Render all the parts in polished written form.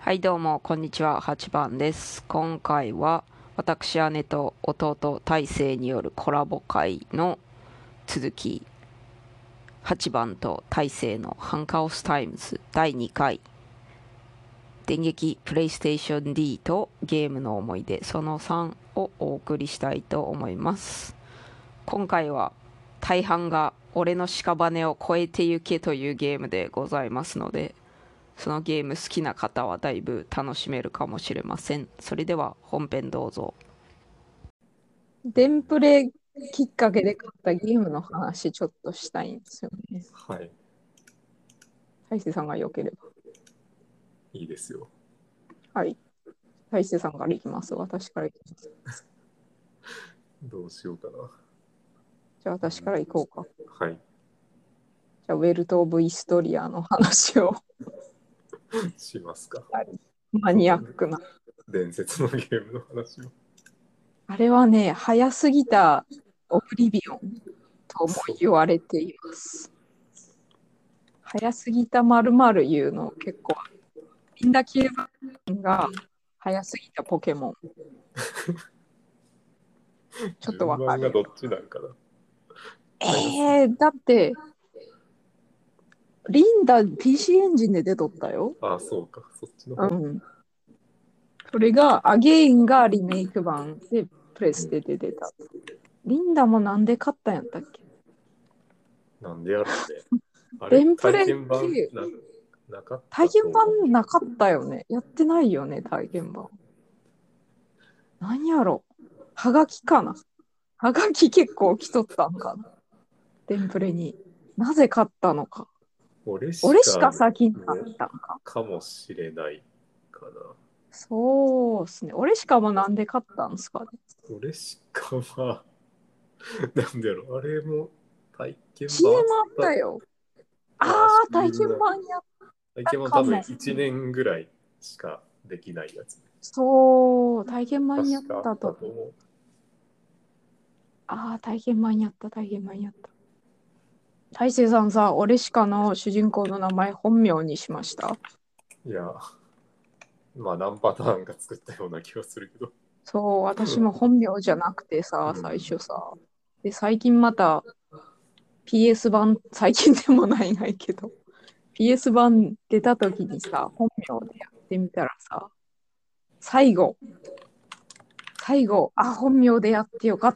はいどうもこんにちは、8番です。今回は私姉と弟大成によるコラボ会の続き、8番と大成のハンカオスタイムズ第2回電撃プレイステーション D とゲームの思い出その3をお送りしたいと思います。今回は大半が俺の屍を越えてゆけというゲームでございますので、そのゲーム好きな方はだいぶ楽しめるかもしれません。それでは本編どうぞ。 デンプレきっかけで買ったゲームの話ちょっとしたいんですよね。 はい、 大勢さんが良ければ。 いいですよ。 はい。大勢さんからいきます。私からいきます。 どうしようかな。 じゃあ私からいこうか。 はい。 じゃあウェルト・オブ・イストリアの話をしますか。 マニアックな。 伝説のゲームの話を。 あれはね、早すぎたオブリビオンとも言われています。早すぎた〇〇言うの結構、みんな消えが早すぎたポケモン。ちょっとわかる。 順番がどっちなんかな。 だって、リンダ PC エンジンで出とったよ。 ああ、そうか。そっちのう方。 ん。それが、アゲインがリメイク版でプレステで出た。リンダもなんで買ったんやったっけ？ なんでやろうね。あれデンプレ体験版なかった体験版なかったよね。やってないよね、体験版。何やろ？はがきかな？はがき結構来とったんかな？デンプレに。なぜ買ったのか。 俺俺しか先に買ったんか。 かもしれないかな。 そうっすね。俺しかもなんで買ったんすかね。 俺しかは、なんでやろう。あれも体験版 CM あったよ。体験版やっ体験版多分1年ぐらいしかできないやつ。 そう、体験版やっ確かあたと。 ったと思う。 体験版やった。大成さんさ、俺しかの主人公の名前本名にしました。 いや、まあ何パターンか作ったような気がするけど。 そう、私も本名じゃなくてさ、最初さ。で、最近また PS 版、最近でもないけど、PS 版出た時にさ、本名でやってみたらさ、最後、本名でやってよかった。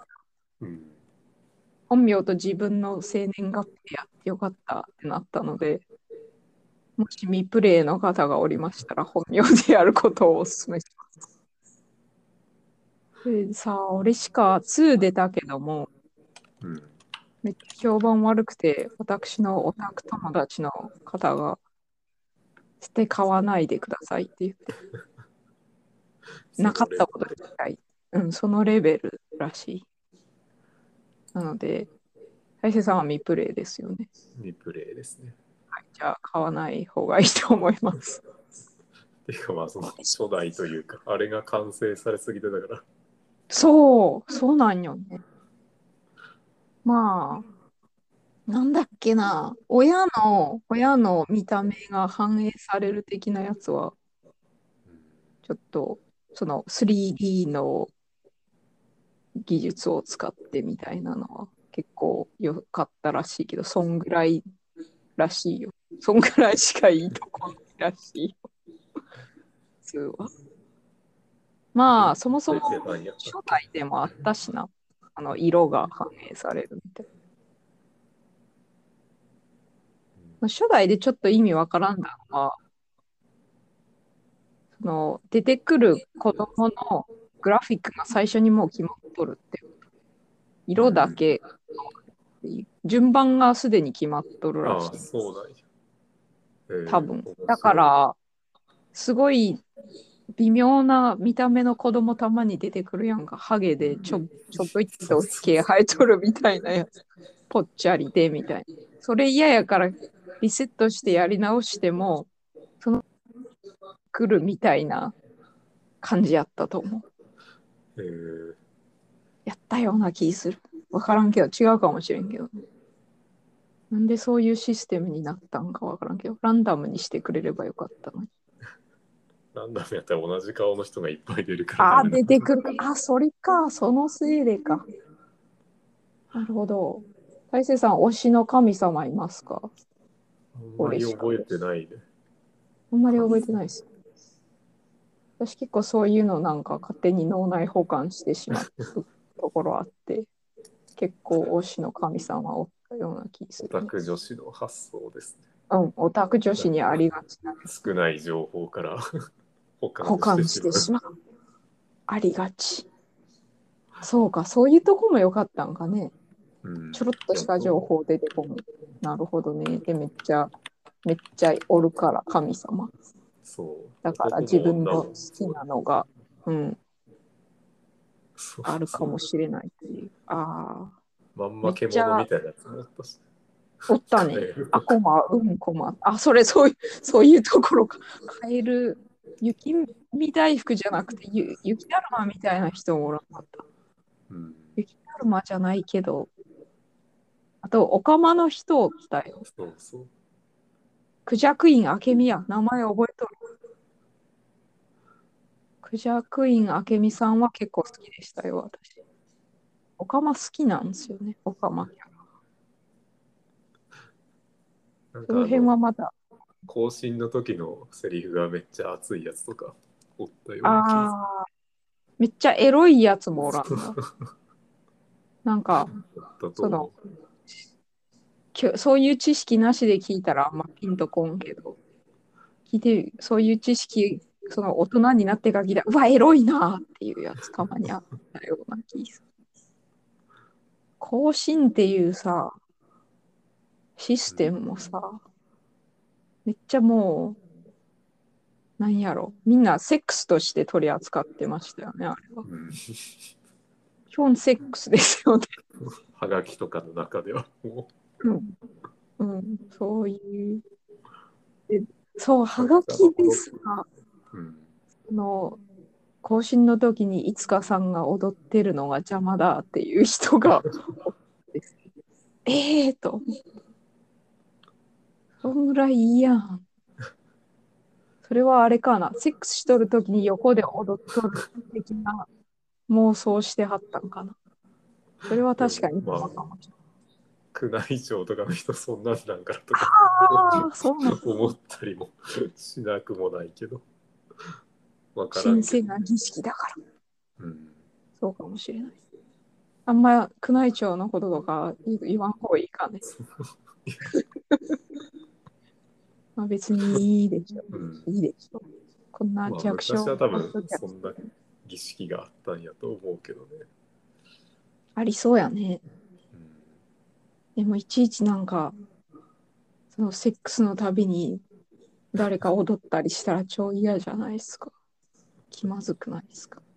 うん、 本名と自分の生年月日でやってよかったってなったので、もし未プレイの方がおりましたら、本名でやることをお勧めします。でさ、俺しか2出たけども、 うん、 めっちゃ評判悪くて、私のオタク友達の方が、捨て買わないでくださいって言って、なかったことにしたい。うん、そのレベルらしい。なので、大勢さんは未プレイですよね。 未プレイですね。 はい、じゃあ買わない方がいいと思います。 ていうかまあその初代というか、あれが完成されすぎてたから。 そうなんよね。まあ、なんだっけな、親の見た目が反映される的なやつは、ちょっと、その 3D の技術を使ってみたいなのは結構良かったらしいけど、そんぐらいらしいよ。そんぐらいしかいいとこないらしいよ。普通は。まあ、そもそも初代でもあったしな。色が反映されるみたいな。初代でちょっと意味わからんだのは、出てくる子供のグラフィックが最初にもう決まっとるって。色だけ、順番がすでに決まっとるらしい。 そうだ多分。だから、すごい微妙な見た目の子供たまに出てくるやんか。ハゲでちょっと一と毛生えとるみたいなやつ。ぽっちゃりでみたいな。それ嫌やからリセットしてやり直しても、来るみたいな感じやったと思う。やったような気する。わからんけど、違うかもしれんけど。なんでそういうシステムになったんかわからんけど、ランダムにしてくれればよかったのに。 ダムやったら同じ顔の人がいっぱい出るからあ、 ダメ出てくる。あ、それか。そのせいでか。なるほど。大勢さん、推しの神様いますか？ あんまり覚えてないね。 あんまり覚えてないです。私結構そういうのなんか勝手に脳内保管してしまうところあって、結構推しの神様おったような気する、 オタク女子の発想ですね。 うん、オタク女子にありがちな。 少ない情報から保保管管ししまう。 しててしまう。ありがち。そうか、そういうとこもよかったんかね。 うん、 ちょろっとしか情報出てこない。なるほどね。で、めっちゃおるから、神様。 そう。 だから自分の好きなのが、うん、あるかもしれないという。ああ、 まんまめっちゃ獣みたいなやつもおったし。 おったね。あ、コマ、うんこま。あ、そういうところか。カエル、雪見大福じゃなくて、雪だるまみたいな人もおらなかった。 うん、 雪だるまじゃないけど、あと、オカマの人おったよ。 そうそう。 クジャクイン・アケミや。名前覚えとる。クジャクイン・アケミさんは結構好きでしたよ、私。オカマ好きなんですよね、オカマキャラ。 なんその辺はまだ。 更新の時のセリフがめっちゃ熱いやつとかおったような気がする。 ああ、めっちゃエロいやつもおらんの。なんか、 だとその、 思う。 そういう知識なしで聞いたらあんまピンとこんけど、聞いて、そういう知識、その大人になってから聞いたら、うわ、エロいなっていうやつたまにあったような気がする。更新っていうさ、システムもさ、めっちゃもう、なんやろ、みんなセックスとして取り扱ってましたよね、あれは。 うん、 基本セックスですよね。 はがきとかの中ではもうん。うん、そういう。でそう、 う。 はがきですが、 うん、 の、更新の時にいつかさんが踊ってるのが邪魔だっていう人がええと、そんぐらいいいやん。それはあれかな、セックスしとる時に横で踊っとる的な妄想してはったんかな。それは確かにま邪魔かもしれあ、宮内庁とかの人そんなんなんかとない。 かああ、そうなんだ。 思ったりもしなくもないけど、わからん神けど。 聖な儀式だから。 うん、 そうかもしれない。あんま宮内庁のこととか言わん方がいいかね。まあ別にいいでしょ。 うん、 いいでしょ。こんなまあ弱小昔は多分ポッドキャストそんな儀式があったんやと思うけどね。 ありそうやね。でもいちいちなんか、そのセックスのたびに誰か踊ったりしたら超嫌じゃないですか。気まずくないですか。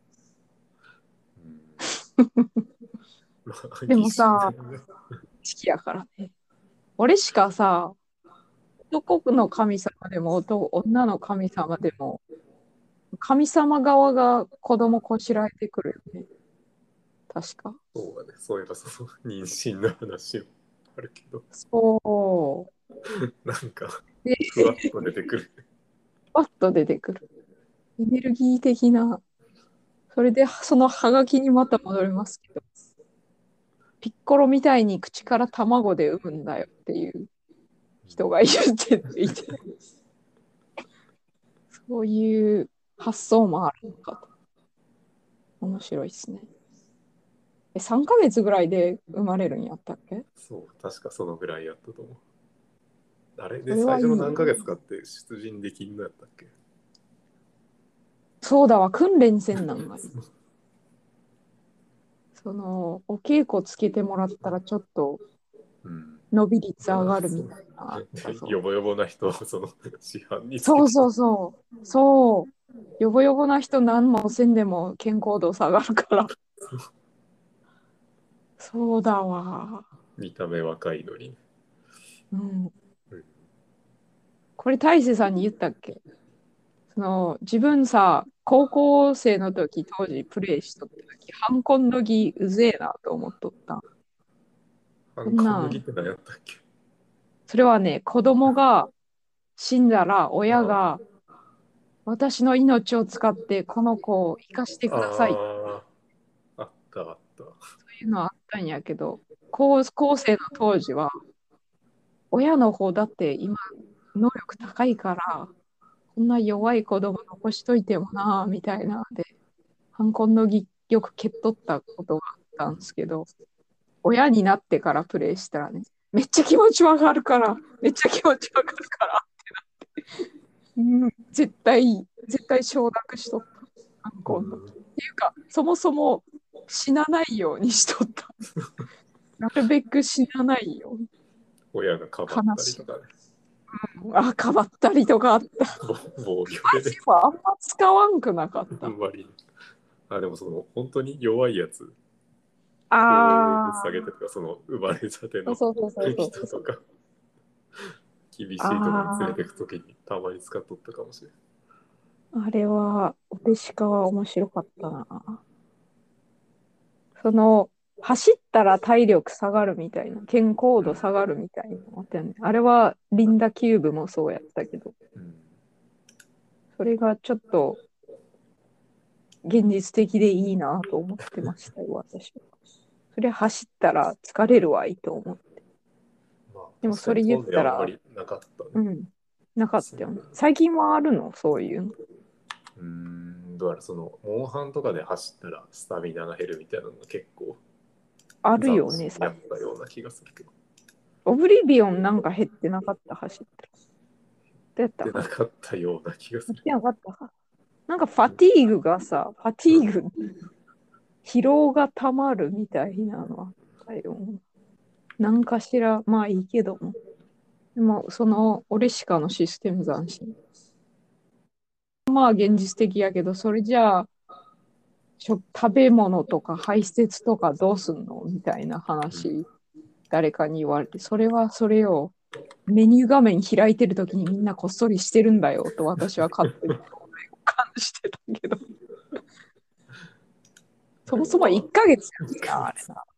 うん、 でもさ、 儀式だよね。 好きやからね。俺しかさ、男の神様でも女の神様でも、神様側が子供こしらえてくるよね。確か。 そうだね。そういえばその妊娠の話もあるけど、 そなんかう。で、 ふわっと出てくる。 パッと出てくる。エネルギー的な。それで、そのハガキにまた戻りますけど、ピッコロみたいに口から卵で産むんだよっていう人が言っていて、そういう発想もあるのかと。面白いですね。3ヶ月ぐらいで生まれるんやったっけ？ そう、確かそのぐらいやったと思う。あれでそれはいい。 最初の何ヶ月かって出陣できんのやったっけ？ そうだわ、訓練せんなんがいい。その、お稽古つけてもらったらちょっとうん。 伸び率上がるみたいなのあったぞ。 よぼよぼな人をその市販につけて。 そうそうそう。そう。よぼよぼな人何もせんでも健康度下がるから。そうだわ。 見た目若いのに。 うん。 うん、 これ大勢さんに言ったっけ？自分さ、高校生の時、当時プレイしとった時、ハンコンの儀うぜえなと思っとった。 ハンそんなんコ麦って何やったっけ？ それはね、子供が死んだら親あが私の命を使ってこの子を生かしてくださいってああ、あったあった。 いうのはあったんやけど、高校生の当時は、親の方だって今、能力高いから、こんな弱い子供残しといてもな、みたいなで、反婚の儀よく蹴っとったことがあったんですけど、親になってからプレイしたらね、めっちゃ気持ちわかるから、めっちゃ気持ちわかるから、うん、絶対承諾しとった。反婚の。っていうか、そもそも死なないようにしとった。なるべく死なないように。 親がかばったりとかね。 あ、かばったりとかあった。 防御でね。 はあんま使わんくなかった。 あんまり。あ、でも本当に弱いやつ、 あ下げてとか、生まれたてあ、 のそうそうそう人そう。 とか、厳しいところに連れてくときにたまに使っとったかもしれない。 あれは、オペシカは面白かったな。その、走ったら体力下がるみたいな、健康度下がるみたいなのあったよね。あれはリンダキューブもそうやったけど、 うんそれがちょっと現実的でいいなと思ってましたよ、私は。それ走ったら疲れるわいと思う。 まあ、 でもそれ言ったら、 確かに当時はあんまりなかったね。 うん、なかったよね。最近はあるのそういうの。 どうやらモンハンとかで走ったらスタミナが減るみたいなのが結構あるよね。 斬新やったような気がするけど。 オブリビオンなんか減ってなかった走ってる。どうやった出なかかったような気がする。 減ってなかったかなんかファティーグがさ、ファティーグ、疲労がたまるみたいなのあったよ。なんかしら、まあいいけども。でも、その、オレシカのシステム斬新。まあ現実的やけど、それじゃあ、食べ物とか排泄とかどうすんのみたいな話、誰かに言われて、それはそれをメニュー画面開いてるときにみんなこっそりしてるんだよと私は勝手に感じてたけど、そもそも1ヶ月やんな、あれな。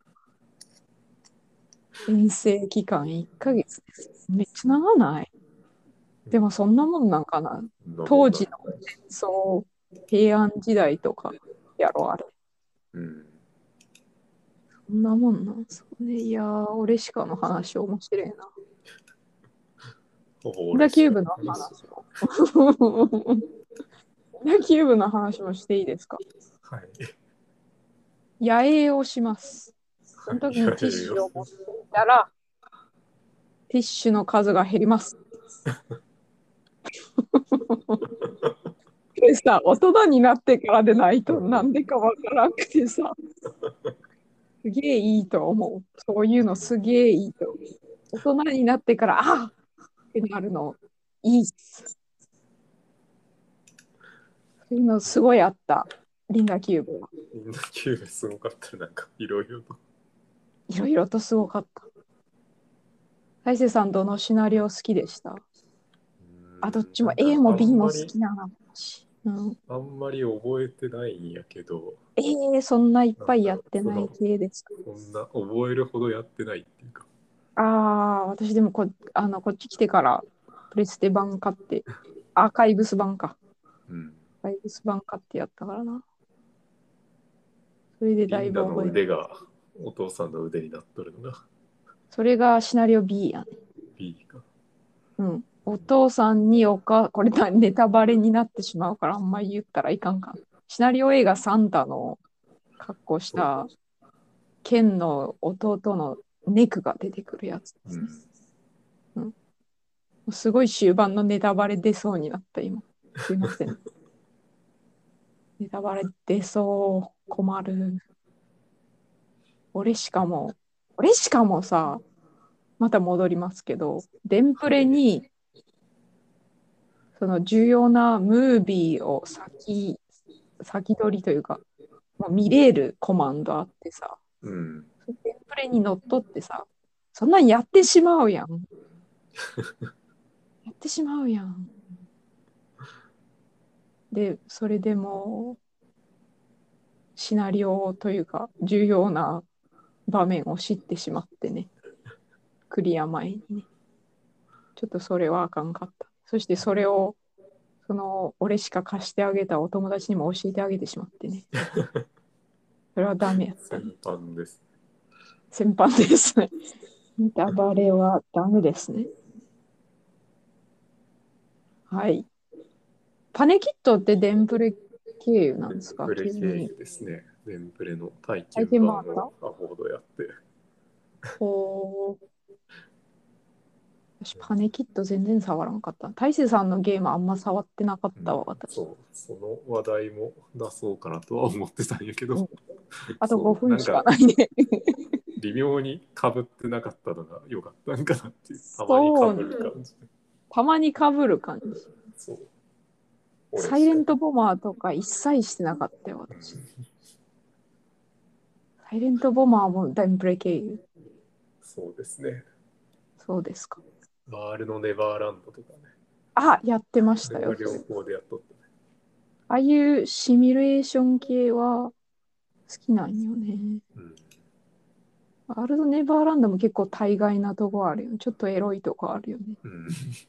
遠征期間1ヶ月です。めっちゃ長ない。でもそんなもんなんかな。当時の戦争、平安時代とかやろ、あれ。 うん。 そんなもんなんすね。いやー、オレシカの話面白いな。野球部の話も。野球部の話もしていいですか？ はい。 野営をします。その時にティッシュを持っていたら、ティッシュの数が減ります。でさ、大人になってからでないとなんでかわからなくてさ、すげえいいと思う。そういうのすげえいいと思う。大人になってから、あっってなるの、いいっす。そういうのすごいあった。リンダキューブは。 みんなキューブすごかった。なんかいろいろと。 いろいろとすごかった。大勢さん、どのシナリオ好きでした？あ、どっちも A も B も好きなの。 あんまり覚えてないんやけど、 そんないっぱいやってない系ですか？ そんな覚えるほどやってないっていうか。 私でもこっち来てからプレステ版買って、アーカイブス版か。 うん。 アーカイブス版買ってやったからな。それでだいリンダのぶ覚えてる。 腕がお父さんの腕になっとるのがそれがシナリオ B やね。 B か。 うん。お父さんにこれネタバレになってしまうからあんまり言ったらいかんか。シナリオ A がサンタの格好したケンの弟のネクが出てくるやつですね。すごい終盤のネタバレ出そうになった今。すいません。ネタバレ出そう。困る。俺しかもさ、また戻りますけど、デンプレにその重要なムービーを先取りというか、もう見れるコマンドあってさ、 うん。 デンプレにのっとってさ、そんなんやってしまうやん。やってしまうやん。で、それでもシナリオというか、重要な場面を知ってしまってね、クリア前にね。ちょっとそれはあかんかった。そしてそ俺しか貸してあげたお友達にも教えてあげてしまってね。それはダメやったね。 先般です。 先般ですね。ネタバレはダメですね。はい。パネキットってデンプレ経由なんですか？ デンプレ経急に。 由ですね。デンプレの体体験版験もあったをアホほどやって。 おー。私、パネキット全然触らんかった。大勢さんのゲームあんま触ってなかったわ、私。 そう、その話題も出そうかなとは思ってたんやけど、 うんあとそう 5分しかないね。 微妙に被ってなかったのが良かったんかなっていう、たまにそう被る感じ。 たまに被る感じ。 そう。俺サイレントボマーとか一切してなかったよ、私。サイレントボマーもデンプレ経由。 そうですね。 そうですか。 ワールドネバーランドとかね。 あ、やってましたよ。 それは両方でやっとったね。 ああいうシミュレーション系は好きなんよね。 うん。 ワールドネバーランドも結構大概なとこあるよね。ちょっとエロいとこあるよね。 うん。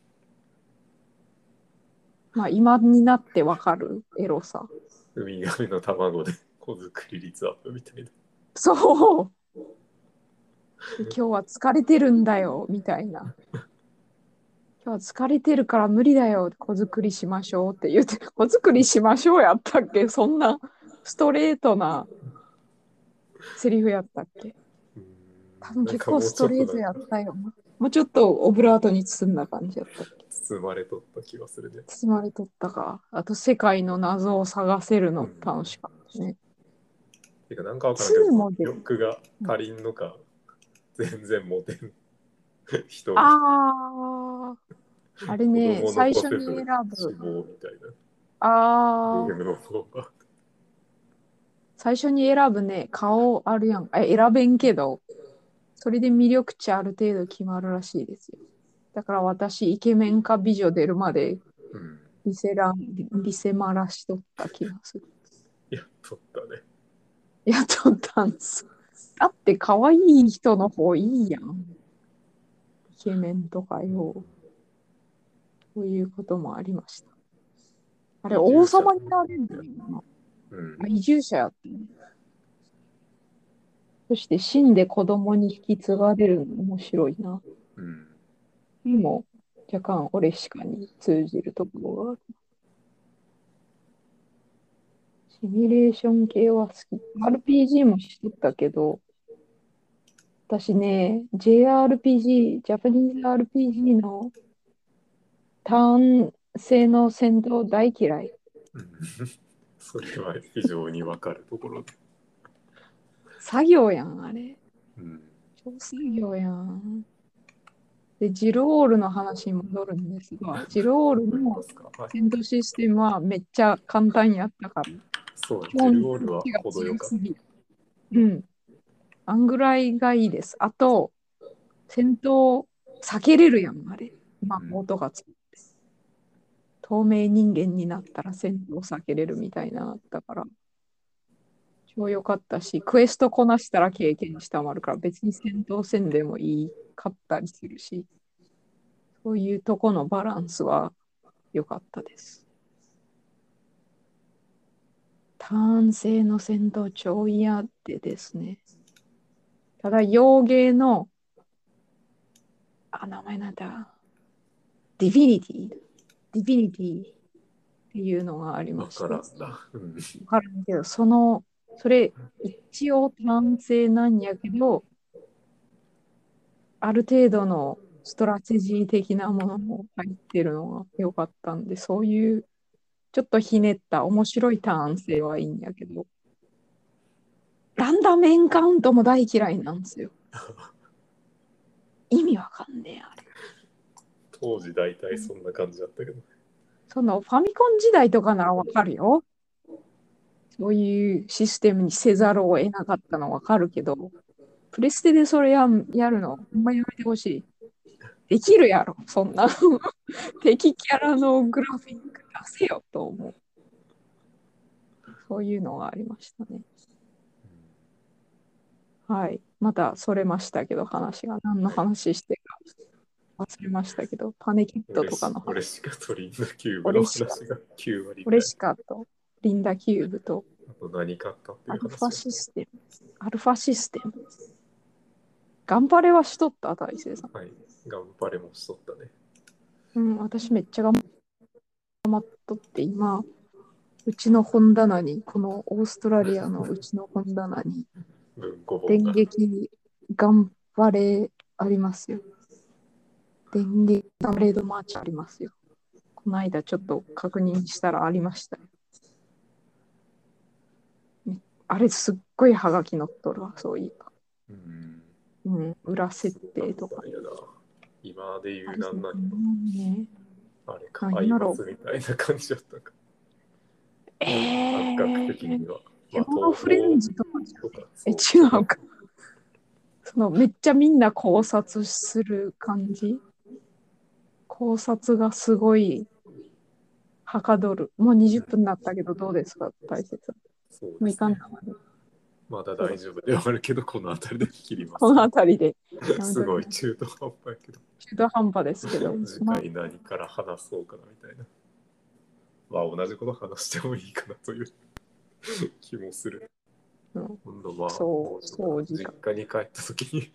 まあ今になってわかるエロさ。 ウミガメの卵で子作り率アップみたいな。 そう今日は疲れてるんだよ、みたいな。今日は疲れてるから無理だよ、子作りしましょうって言って、子作りしましょうやったっけ？そんなストレートなセリフやったっけ？多分結構ストレートやったよ。もうちょっとオブラートに包んだ感じやったっけ？ 包まれとった気がするね。 包まれとったか。あと世界の謎を探せるの楽しかったね。 てかなんかわからんけ 2もど、 出る。 欲が足りんのか、全然モテん人がああれ子ね、 供最残せず初に選死ぶ。 亡みたいなゲああ、 ームの方が。 最初に選ぶね、顔あるやん。選べんけど、それで魅力値ある程度決まるらしいですよ。だから私、イケメンか美女出るまでうん。 リセマラしとった気がする。 やっとったね。 やっとったんす。だって可愛い人の方いいやん。イケメンとかよ。そういうこともありました。あれ、王様になれるのかな？ うん。 移住者やってね。そして死んで子供に引き継がれるの面白いな。 うん。 にも若干オレシカに通じるところがある。シミュレーション系は好き。RPG もしとったけど、私ね、JRPG、ジャパニーズ RPG のターン制の戦闘大嫌い。 うんそれは非常にわかるところで。 作業やん、あれ。 うん。 超作業やん。で、ジロールの話に戻るんですが、ジロール思いまのすか。はい。 戦闘システムはめっちゃ簡単やったから、 そう、 基本ジルオールは手が程よかっ強すぎる。うん。あんぐらいがいいです。あと、戦闘避けれるやん、あれ。魔法とかつく。透明人間になったら戦闘避けれるみたいなのあったから、超良かったし、クエストこなしたら経験値たまるから、別に戦闘戦でもいいかったりするし、そういうとこのバランスは良かったです。ターン制の戦闘超嫌でですね。ただ、洋芸の、名前なんだ、ディヴィニティ、ディヴィニティっていうのがありた。わまして、 からんな。うん。 わからんけど、それ、一応単性なんやけど、ある程度のストラテジー的なものも入ってるのが良かったんで、そういうちょっとひねった面白いターン性はいいんやけど、ランダムエンカウントも大嫌いなんですよ。意味わかんねえ、あれ。 当時大体そんな感じだったけど。 そのファミコン時代とかならわかるよ。そういうシステムにせざるを得なかったのわかるけど、プレステでそれやるの、ほんまやめてほしい。できるやろ、そんな。敵キャラのグラフィック出せよと思う。そういうのがありましたね。はい。またそれましたけど、話が何の話してるか忘れましたけど、パネキットとかの俺しかとリンダキューブの俺しか話が9割ぐらい。 オレシカとリンダキューブとあと何買ったっていうアルファ話。 システム。アルファシステム。頑張れはしとった大勢さん。 はい。頑張れもしとったね。 うん、私めっちゃ頑張っとって今、うちの本棚に、このオーストラリアのうちの本棚に、 文庫本電が。 撃頑張れありますよ。電撃パレードマーチありますよ。この間ちょっと確認したらありましたよ。あれすっごいハガキ載っとるわ、そういえば。裏設定とか。 いやな。今で言うあれなんなんね、 あれか、ア何やろイマスみたいな感じだったか。感覚的には。 獣フレンズとかじゃん。 とか違うか。そのめっちゃみんな考察する感じ。考察がすごいはかどる。もう20分になったけどどうですか、大切。 そうもういですね。 かんなまで。 まだ大丈夫ではあるけど、この辺りで切ります。 この辺りで。 すごい中途半端やけど。 中途半端ですけど。 次回何から話そうかなみたいな。まあ同じこと話してもいいかなという気もする。今度まあ、 そう実家に帰った時に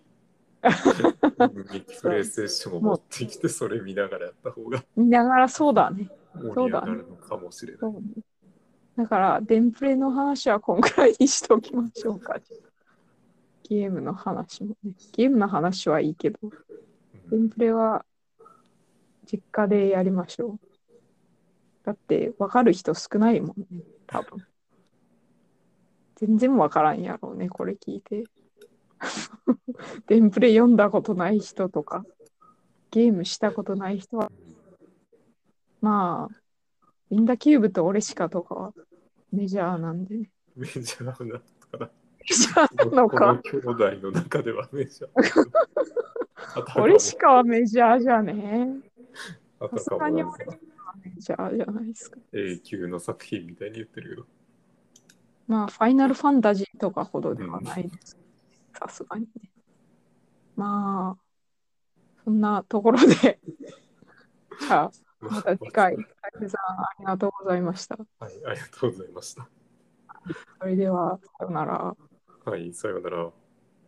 プレイステーションを持ってきてそれ見ながらやった方が見ながらそうだね。 盛り上がるのかもしれない。 ね、だからデンプレの話はこんくらいにしておきましょうか。ゲームの話もね。ゲームの話はいいけど、デンプレは実家でやりましょう。だって分かる人少ないもんね、多分。全然分からんやろうね、これ聞いて。デンプレ読んだことない人とか、ゲームしたことない人は、まあ、リンダキューブとオレシカとかはメジャーなんでね。 メジャーなのかな。 メジャーなのか。 この兄弟の中ではメジャー。 オレシカはメジャーじゃねえ。 さすがにオレシカはメジャーじゃないですか。 A 級の作品みたいに言ってるよ。 まあ、ファイナルファンタジーとかほどではないです。さすがにね。まあ、そんなところで、じゃあ、また次回、大勢さん、ありがとうございました。 はい、ありがとうございました。 それでは、さよなら。 はい、さよなら。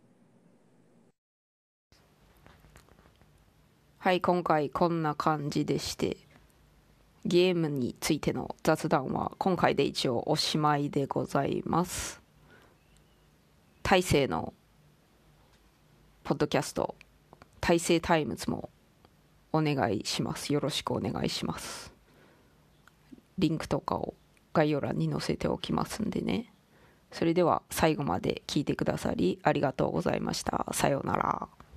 はい、今回こんな感じでして、ゲームについての雑談は今回で一応おしまいでございます。大勢のポッドキャスト、大勢タイムズもお願いします。よろしくお願いします。リンクとかを概要欄に載せておきますんでね。それでは最後まで聞いてくださりありがとうございました。さようなら。